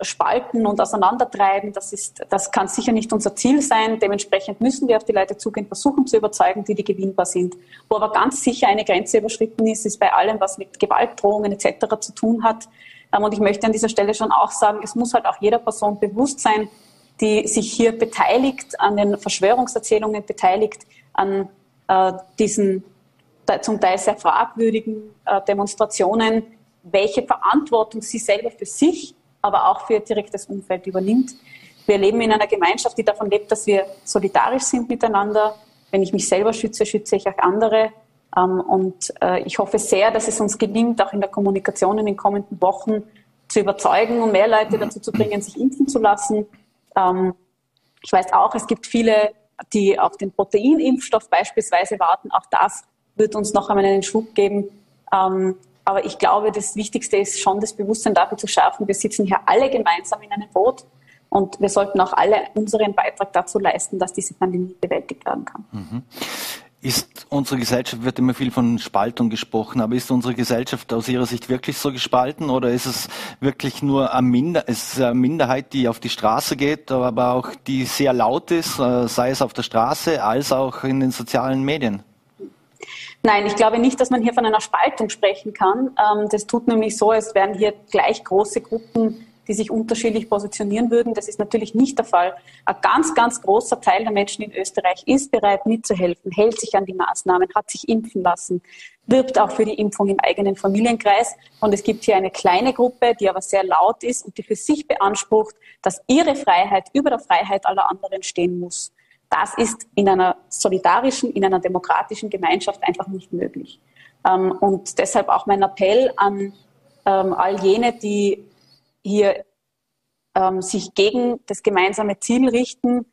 spalten und auseinandertreiben. Das ist, das kann sicher nicht unser Ziel sein. Dementsprechend müssen wir auf die Leute zugehen, versuchen zu überzeugen, die, die gewinnbar sind. Wo aber ganz sicher eine Grenze überschritten ist, ist bei allem, was mit Gewaltdrohungen et cetera zu tun hat. Und ich möchte an dieser Stelle schon auch sagen, es muss halt auch jeder Person bewusst sein, die sich hier beteiligt, an den Verschwörungserzählungen beteiligt, an äh, diesen zum Teil sehr fragwürdigen äh, Demonstrationen, welche Verantwortung sie selber für sich, aber auch für ihr direktes Umfeld übernimmt. Wir leben in einer Gemeinschaft, die davon lebt, dass wir solidarisch sind miteinander. Wenn ich mich selber schütze, schütze ich auch andere. Ähm, und äh, ich hoffe sehr, dass es uns gelingt, auch in der Kommunikation in den kommenden Wochen zu überzeugen und mehr Leute dazu zu bringen, sich impfen zu lassen. Ähm, ich weiß auch, es gibt viele, die auf den Proteinimpfstoff beispielsweise warten. Auch das wird uns noch einmal einen Schub geben. Ähm, aber ich glaube, das Wichtigste ist schon, das Bewusstsein dafür zu schaffen. Wir sitzen hier alle gemeinsam in einem Boot und wir sollten auch alle unseren Beitrag dazu leisten, dass diese Pandemie bewältigt werden kann. Mhm. Ist unsere Gesellschaft, wird immer viel von Spaltung gesprochen, aber ist unsere Gesellschaft aus Ihrer Sicht wirklich so gespalten oder ist es wirklich nur eine, Minder, ist eine Minderheit, die auf die Straße geht, aber auch die sehr laut ist, sei es auf der Straße als auch in den sozialen Medien? Nein, ich glaube nicht, dass man hier von einer Spaltung sprechen kann. Das tut nämlich so, es wären hier gleich große Gruppen, die sich unterschiedlich positionieren würden. Das ist natürlich nicht der Fall. Ein ganz, ganz großer Teil der Menschen in Österreich ist bereit, mitzuhelfen, hält sich an die Maßnahmen, hat sich impfen lassen, wirbt auch für die Impfung im eigenen Familienkreis. Und es gibt hier eine kleine Gruppe, die aber sehr laut ist und die für sich beansprucht, dass ihre Freiheit über der Freiheit aller anderen stehen muss. Das ist in einer solidarischen, in einer demokratischen Gemeinschaft einfach nicht möglich. Und deshalb auch mein Appell an all jene, die hier sich gegen das gemeinsame Ziel richten,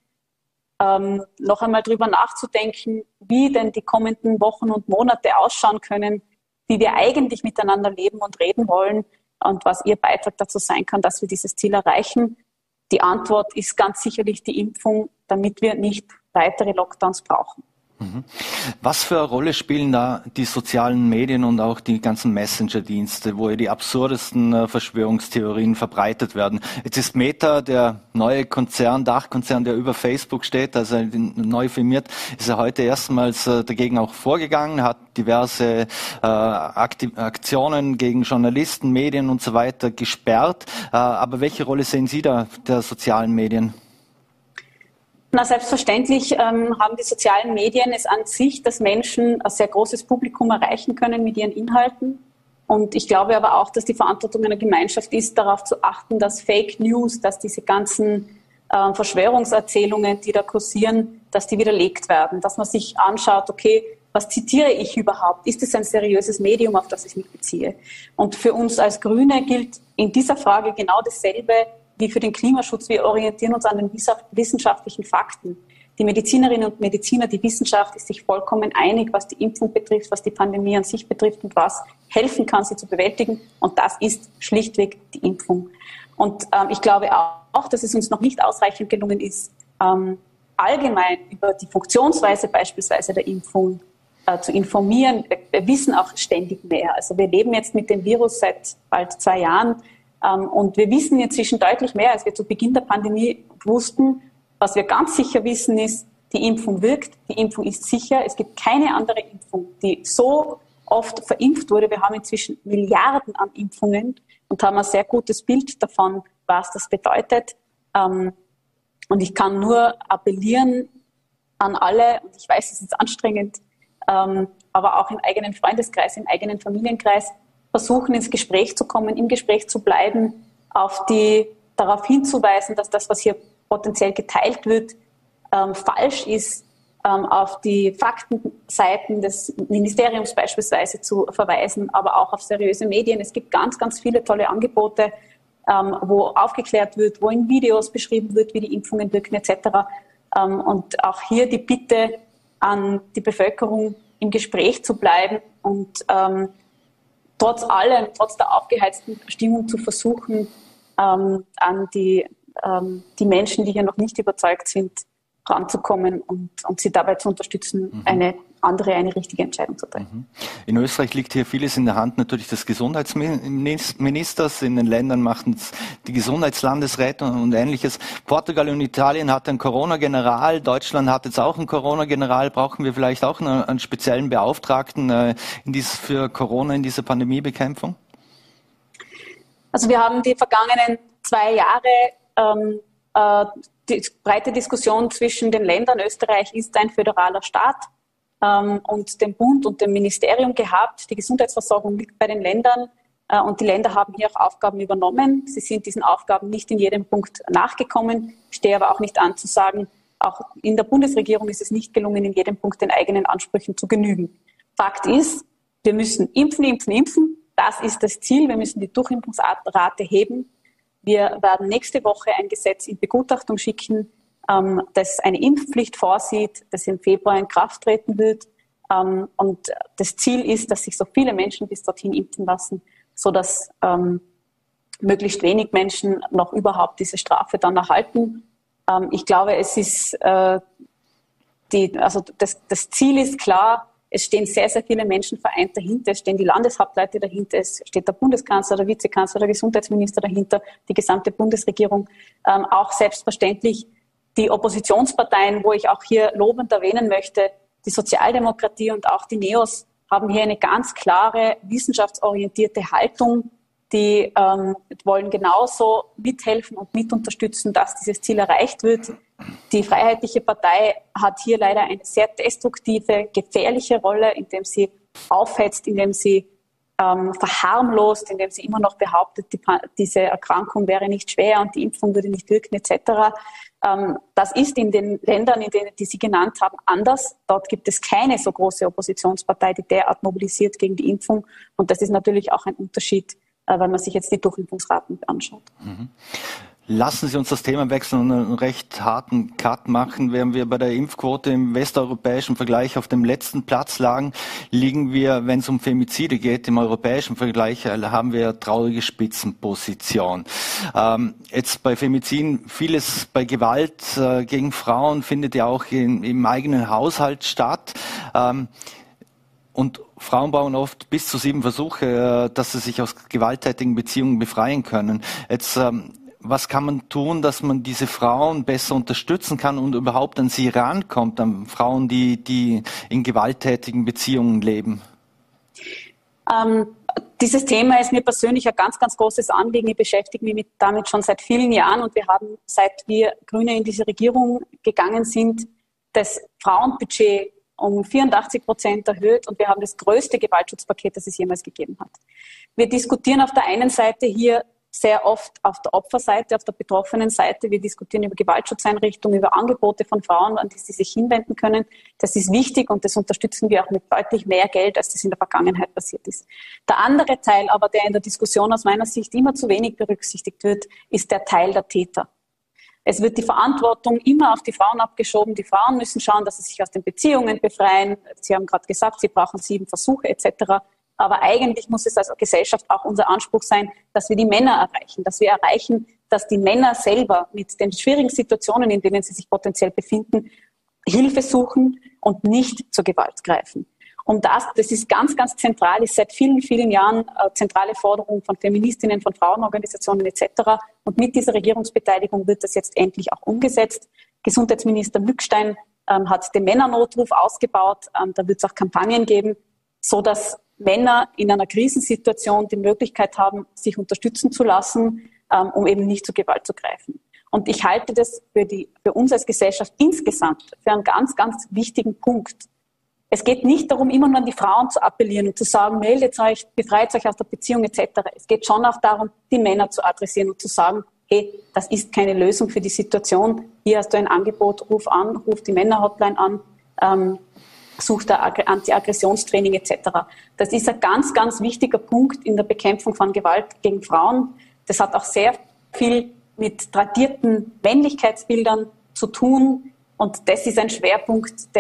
noch einmal drüber nachzudenken, wie denn die kommenden Wochen und Monate ausschauen können, wie wir eigentlich miteinander leben und reden wollen und was Ihr Beitrag dazu sein kann, dass wir dieses Ziel erreichen. Die Antwort ist ganz sicherlich die Impfung, damit wir nicht weitere Lockdowns brauchen. Was für eine Rolle spielen da die sozialen Medien und auch die ganzen Messenger-Dienste, wo ja die absurdesten äh, Verschwörungstheorien verbreitet werden? Jetzt ist Meta, der neue Konzern, Dachkonzern, der über Facebook steht, also neu firmiert, ist er heute erstmals äh, dagegen auch vorgegangen, hat diverse äh, Akti- Aktionen gegen Journalisten, Medien und so weiter gesperrt. Äh, aber welche Rolle sehen Sie da der sozialen Medien? Na, selbstverständlich ähm, haben die sozialen Medien es an sich, dass Menschen ein sehr großes Publikum erreichen können mit ihren Inhalten. Und ich glaube aber auch, dass die Verantwortung einer Gemeinschaft ist, darauf zu achten, dass Fake News, dass diese ganzen äh, Verschwörungserzählungen, die da kursieren, dass die widerlegt werden. Dass man sich anschaut, okay, was zitiere ich überhaupt? Ist es ein seriöses Medium, auf das ich mich beziehe? Und für uns als Grüne gilt in dieser Frage genau dasselbe wie für den Klimaschutz. Wir orientieren uns an den wissenschaftlichen Fakten. Die Medizinerinnen und Mediziner, die Wissenschaft ist sich vollkommen einig, was die Impfung betrifft, was die Pandemie an sich betrifft und was helfen kann, sie zu bewältigen. Und das ist schlichtweg die Impfung. Und ähm, ich glaube auch, dass es uns noch nicht ausreichend gelungen ist, ähm, allgemein über die Funktionsweise beispielsweise der Impfung äh, zu informieren. Wir, wir wissen auch ständig mehr. Also wir leben jetzt mit dem Virus seit bald zwei Jahren. Um, und wir wissen inzwischen deutlich mehr, als wir zu Beginn der Pandemie wussten. Was wir ganz sicher wissen ist, die Impfung wirkt, die Impfung ist sicher. Es gibt keine andere Impfung, die so oft verimpft wurde. Wir haben inzwischen Milliarden an Impfungen und haben ein sehr gutes Bild davon, was das bedeutet. Um, und ich kann nur appellieren an alle, und ich weiß, es ist anstrengend, um, aber auch im eigenen Freundeskreis, im eigenen Familienkreis, versuchen, ins Gespräch zu kommen, im Gespräch zu bleiben, auf die, darauf hinzuweisen, dass das, was hier potenziell geteilt wird, ähm, falsch ist, ähm, auf die Faktenseiten des Ministeriums beispielsweise zu verweisen, aber auch auf seriöse Medien. Es gibt ganz, ganz viele tolle Angebote, ähm, wo aufgeklärt wird, wo in Videos beschrieben wird, wie die Impfungen wirken et cetera. Ähm, und auch hier die Bitte an die Bevölkerung, im Gespräch zu bleiben und ähm, trotz allem, trotz der aufgeheizten Stimmung zu versuchen, ähm, an die, ähm, die Menschen, die hier noch nicht überzeugt sind, ranzukommen und, und sie dabei zu unterstützen, mhm. eine andere eine richtige Entscheidung zu treffen. In Österreich liegt hier vieles in der Hand natürlich des Gesundheitsministers. In den Ländern machen es die Gesundheitslandesräte und Ähnliches. Portugal und Italien hat einen Corona-General. Deutschland hat jetzt auch einen Corona-General. Brauchen wir vielleicht auch einen, einen speziellen Beauftragten äh, in dies, für Corona in dieser Pandemiebekämpfung? Also wir haben die vergangenen zwei Jahre ähm, äh, die breite Diskussion zwischen den Ländern. Österreich ist ein föderaler Staat ähm, und dem Bund und dem Ministerium gehabt. Die Gesundheitsversorgung liegt bei den Ländern äh, und die Länder haben hier auch Aufgaben übernommen. Sie sind diesen Aufgaben nicht in jedem Punkt nachgekommen. Ich stehe aber auch nicht an zu sagen, auch in der Bundesregierung ist es nicht gelungen, in jedem Punkt den eigenen Ansprüchen zu genügen. Fakt ist, wir müssen impfen, impfen, impfen. Das ist das Ziel. Wir müssen die Durchimpfungsrate heben. Wir werden nächste Woche ein Gesetz in Begutachtung schicken, ähm, das eine Impfpflicht vorsieht, das im Februar in Kraft treten wird. Ähm, und das Ziel ist, dass sich so viele Menschen bis dorthin impfen lassen, sodass ähm, möglichst wenig Menschen noch überhaupt diese Strafe dann erhalten. Ähm, ich glaube, es ist äh, die, also das, das Ziel ist klar. Es stehen sehr, sehr viele Menschen vereint dahinter. Es stehen die Landeshauptleute dahinter. Es steht der Bundeskanzler, der Vizekanzler, der Gesundheitsminister dahinter, die gesamte Bundesregierung. Ähm, auch selbstverständlich die Oppositionsparteien, wo ich auch hier lobend erwähnen möchte, die Sozialdemokratie und auch die Neos haben hier eine ganz klare wissenschaftsorientierte Haltung. Die ähm, wollen genauso mithelfen und mit unterstützen, dass dieses Ziel erreicht wird. Die Freiheitliche Partei hat hier leider eine sehr destruktive, gefährliche Rolle, indem sie aufhetzt, indem sie ähm, verharmlost, indem sie immer noch behauptet, die, diese Erkrankung wäre nicht schwer und die Impfung würde nicht wirken et cetera. Ähm, das ist in den Ländern, in denen, die Sie genannt haben, anders. Dort gibt es keine so große Oppositionspartei, die derart mobilisiert gegen die Impfung. Und das ist natürlich auch ein Unterschied, äh, wenn man sich jetzt die Durchimpfungsraten anschaut. Mhm. Lassen Sie uns das Thema wechseln und einen recht harten Cut machen. Während wir bei der Impfquote im westeuropäischen Vergleich auf dem letzten Platz lagen, liegen wir, wenn es um Femizide geht, im europäischen Vergleich, haben wir eine traurige Spitzenposition. Ähm, jetzt bei Femiziden, vieles bei Gewalt äh, gegen Frauen findet ja auch in, im eigenen Haushalt statt. Ähm, und Frauen brauchen oft bis zu sieben Versuche, äh, dass sie sich aus gewalttätigen Beziehungen befreien können. Jetzt ähm, was kann man tun, dass man diese Frauen besser unterstützen kann und überhaupt an sie rankommt, an Frauen, die, die in gewalttätigen Beziehungen leben? Ähm, dieses Thema ist mir persönlich ein ganz, ganz großes Anliegen. Ich beschäftige mich mit, damit schon seit vielen Jahren und wir haben, seit wir Grüne in diese Regierung gegangen sind, das Frauenbudget um vierundachtzig Prozent erhöht und wir haben das größte Gewaltschutzpaket, das es jemals gegeben hat. Wir diskutieren auf der einen Seite hier sehr oft auf der Opferseite, auf der betroffenen Seite. Wir diskutieren über Gewaltschutzeinrichtungen, über Angebote von Frauen, an die sie sich hinwenden können. Das ist wichtig und das unterstützen wir auch mit deutlich mehr Geld, als das in der Vergangenheit passiert ist. Der andere Teil aber, der in der Diskussion aus meiner Sicht immer zu wenig berücksichtigt wird, ist der Teil der Täter. Es wird die Verantwortung immer auf die Frauen abgeschoben. Die Frauen müssen schauen, dass sie sich aus den Beziehungen befreien. Sie haben gerade gesagt, sie brauchen sieben Versuche et cetera. Aber eigentlich muss es als Gesellschaft auch unser Anspruch sein, dass wir die Männer erreichen, dass wir erreichen, dass die Männer selber mit den schwierigen Situationen, in denen sie sich potenziell befinden, Hilfe suchen und nicht zur Gewalt greifen. Und das, das ist ganz, ganz zentral, ist seit vielen, vielen Jahren äh, zentrale Forderung von Feministinnen, von Frauenorganisationen et cetera. Und mit dieser Regierungsbeteiligung wird das jetzt endlich auch umgesetzt. Gesundheitsminister Mückstein ähm, hat den Männernotruf ausgebaut. Ähm, da wird es auch Kampagnen geben, so dass Männer in einer Krisensituation die Möglichkeit haben, sich unterstützen zu lassen, ähm, um eben nicht zur Gewalt zu greifen. Und ich halte das für, die, für uns als Gesellschaft insgesamt für einen ganz, ganz wichtigen Punkt. Es geht nicht darum, immer nur an die Frauen zu appellieren und zu sagen, meldet euch, befreit euch aus der Beziehung et cetera. Es geht schon auch darum, die Männer zu adressieren und zu sagen, hey, das ist keine Lösung für die Situation. Hier hast du ein Angebot, ruf an, ruf die Männer-Hotline an, ähm, sucht Anti-Aggressionstraining et cetera. Das ist ein ganz, ganz wichtiger Punkt in der Bekämpfung von Gewalt gegen Frauen. Das hat auch sehr viel mit tradierten Männlichkeitsbildern zu tun und das ist ein Schwerpunkt, der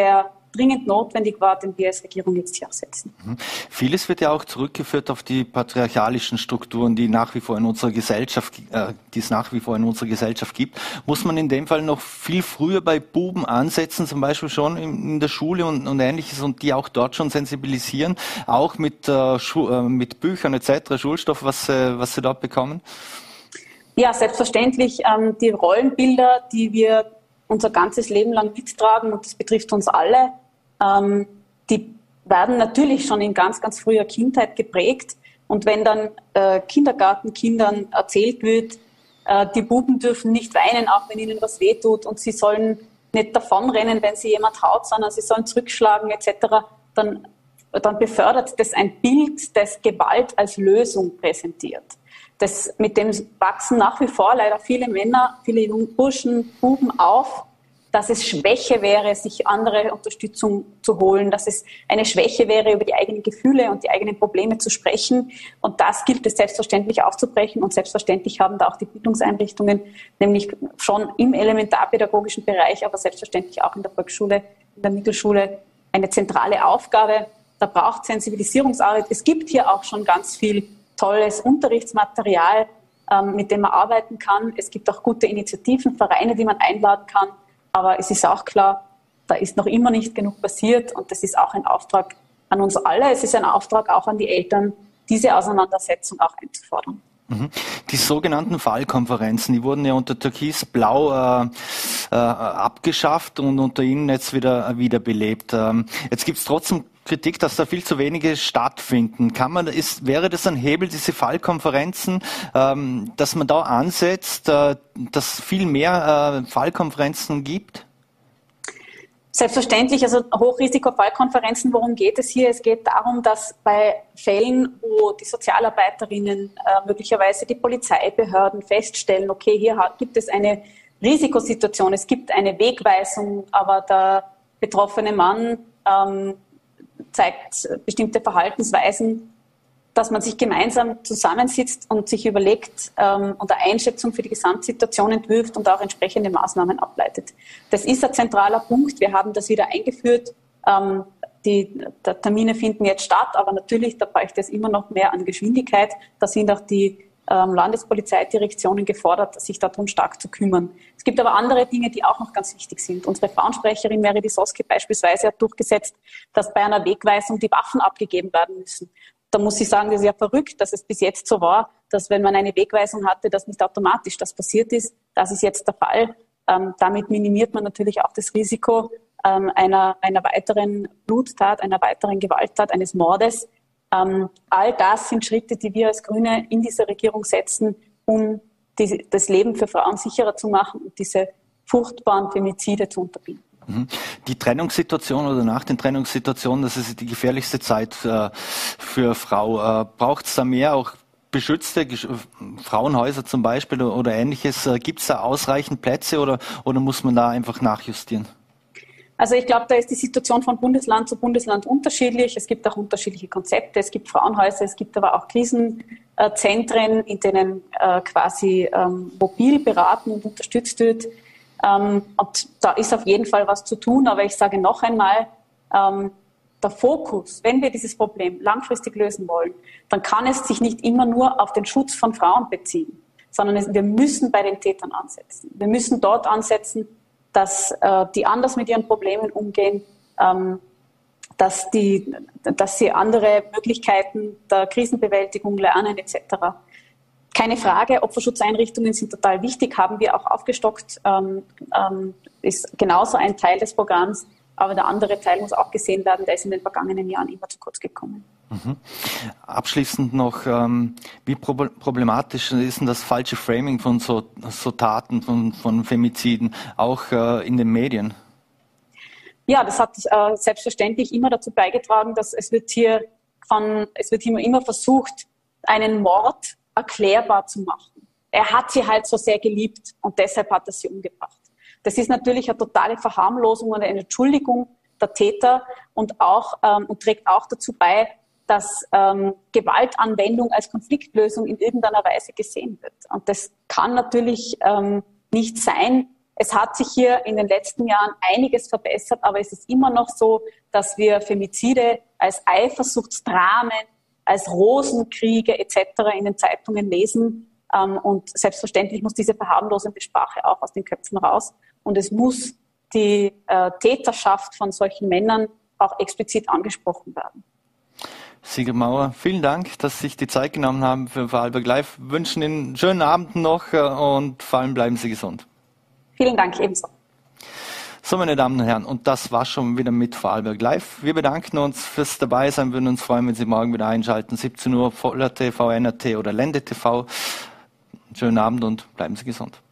dringend notwendig war, den wir als Regierung jetzt hier auch setzen. Mhm. Vieles wird ja auch zurückgeführt auf die patriarchalischen Strukturen, die nach wie vor in unserer Gesellschaft, äh, die es nach wie vor in unserer Gesellschaft gibt. Muss man in dem Fall noch viel früher bei Buben ansetzen, zum Beispiel schon in, in der Schule und, und Ähnliches, und die auch dort schon sensibilisieren, auch mit, äh, Schu- äh, mit Büchern et cetera, Schulstoff, was, äh, was sie dort bekommen? Ja, selbstverständlich. Ähm, die Rollenbilder, die wir unser ganzes Leben lang mittragen, und das betrifft uns alle, ähm, die werden natürlich schon in ganz, ganz früher Kindheit geprägt. Und wenn dann äh, Kindergartenkindern erzählt wird, äh, die Buben dürfen nicht weinen, auch wenn ihnen was wehtut, und sie sollen nicht davonrennen, wenn sie jemand haut, sondern sie sollen zurückschlagen et cetera, dann, dann befördert das ein Bild, das Gewalt als Lösung präsentiert. Das, mit dem wachsen nach wie vor leider viele Männer, viele Jungen, Burschen, Buben auf, dass es Schwäche wäre, sich andere Unterstützung zu holen, dass es eine Schwäche wäre, über die eigenen Gefühle und die eigenen Probleme zu sprechen. Und das gilt es selbstverständlich aufzubrechen. Und selbstverständlich haben da auch die Bildungseinrichtungen, nämlich schon im elementarpädagogischen Bereich, aber selbstverständlich auch in der Volksschule, in der Mittelschule, eine zentrale Aufgabe. Da braucht Sensibilisierungsarbeit. Es gibt hier auch schon ganz viel tolles Unterrichtsmaterial, ähm, mit dem man arbeiten kann. Es gibt auch gute Initiativen, Vereine, die man einladen kann. Aber es ist auch klar, da ist noch immer nicht genug passiert. Und das ist auch ein Auftrag an uns alle. Es ist ein Auftrag auch an die Eltern, diese Auseinandersetzung auch einzufordern. Die sogenannten Fallkonferenzen, die wurden ja unter Türkis-Blau äh, äh, abgeschafft und unter ihnen jetzt wieder wiederbelebt. Ähm, jetzt gibt es trotzdem Kritik, dass da viel zu wenige stattfinden. Kann man, ist, wäre das ein Hebel, diese Fallkonferenzen, ähm, dass man da ansetzt, äh, dass viel mehr äh, Fallkonferenzen gibt? Selbstverständlich, also Hochrisiko-Fallkonferenzen, worum geht es hier? Es geht darum, dass bei Fällen, wo die Sozialarbeiterinnen, äh, möglicherweise die Polizeibehörden feststellen, okay, hier gibt es eine Risikosituation, es gibt eine Wegweisung, aber der betroffene Mann ähm, zeigt bestimmte Verhaltensweisen, dass man sich gemeinsam zusammensitzt und sich überlegt ähm, und eine Einschätzung für die Gesamtsituation entwirft und auch entsprechende Maßnahmen ableitet. Das ist ein zentraler Punkt. Wir haben das wieder eingeführt. Ähm, die, die Termine finden jetzt statt, aber natürlich, da bräuchte es immer noch mehr an Geschwindigkeit. Da sind auch die ähm, Landespolizeidirektionen gefordert, sich darum stark zu kümmern. Es gibt aber andere Dinge, die auch noch ganz wichtig sind. Unsere Frauensprecherin Mary Wisoski beispielsweise hat durchgesetzt, dass bei einer Wegweisung die Waffen abgegeben werden müssen. Da muss ich sagen, das ist ja verrückt, dass es bis jetzt so war, dass wenn man eine Wegweisung hatte, dass nicht automatisch das passiert ist. Das ist jetzt der Fall. Ähm, damit minimiert man natürlich auch das Risiko ähm, einer, einer weiteren Bluttat, einer weiteren Gewalttat, eines Mordes. Ähm, all das sind Schritte, die wir als Grüne in dieser Regierung setzen, um die, das Leben für Frauen sicherer zu machen und diese furchtbaren Femizide zu unterbinden. Die Trennungssituation oder nach den Trennungssituationen, das ist die gefährlichste Zeit äh, für Frau. Äh, braucht es da mehr auch beschützte Gesch- Frauenhäuser zum Beispiel oder ähnliches? Äh, Gibt es da ausreichend Plätze oder, oder muss man da einfach nachjustieren? Also ich glaube, da ist die Situation von Bundesland zu Bundesland unterschiedlich. Es gibt auch unterschiedliche Konzepte. Es gibt Frauenhäuser, es gibt aber auch Krisenzentren, in denen äh, quasi ähm, mobil beraten und unterstützt wird. Ähm, und da ist auf jeden Fall was zu tun. Aber ich sage noch einmal, ähm, der Fokus, wenn wir dieses Problem langfristig lösen wollen, dann kann es sich nicht immer nur auf den Schutz von Frauen beziehen, sondern es, wir müssen bei den Tätern ansetzen. Wir müssen dort ansetzen, dass äh, die anders mit ihren Problemen umgehen, ähm, dass, die, dass sie andere Möglichkeiten der Krisenbewältigung lernen et cetera. Keine Frage, Opferschutzeinrichtungen sind total wichtig, haben wir auch aufgestockt, ähm, ähm, ist genauso ein Teil des Programms, aber der andere Teil muss auch gesehen werden, der ist in den vergangenen Jahren immer zu kurz gekommen. Mhm. Abschließend noch, ähm, wie problematisch ist denn das falsche Framing von so, so Taten, von, von Femiziden, auch äh, in den Medien? Ja, das hat äh, selbstverständlich immer dazu beigetragen, dass es wird hier von, es wird hier immer versucht, einen Mord erklärbar zu machen. Er hat sie halt so sehr geliebt und deshalb hat er sie umgebracht. Das ist natürlich eine totale Verharmlosung und eine Entschuldigung der Täter und auch ähm, und trägt auch dazu bei, dass ähm, Gewaltanwendung als Konfliktlösung in irgendeiner Weise gesehen wird. Und das kann natürlich ähm, nicht sein. Es hat sich hier in den letzten Jahren einiges verbessert, aber es ist immer noch so, dass wir Femizide als Eifersuchtsdramen, als Rosenkriege et cetera in den Zeitungen lesen. Und selbstverständlich muss diese verharmlosende Sprache auch aus den Köpfen raus. Und es muss die Täterschaft von solchen Männern auch explizit angesprochen werden. Sigrid Maurer, vielen Dank, dass Sie sich die Zeit genommen haben für Vorarlberg Live. Wir wünschen Ihnen einen schönen Abend noch und vor allem bleiben Sie gesund. Vielen Dank, ebenso. So, meine Damen und Herren, und das war schon wieder mit Vorarlberg Live. Wir bedanken uns fürs Dabeisein, würden uns freuen, wenn Sie morgen wieder einschalten. siebzehn Uhr, Voller T V, N R T oder Lende T V. Schönen Abend und bleiben Sie gesund.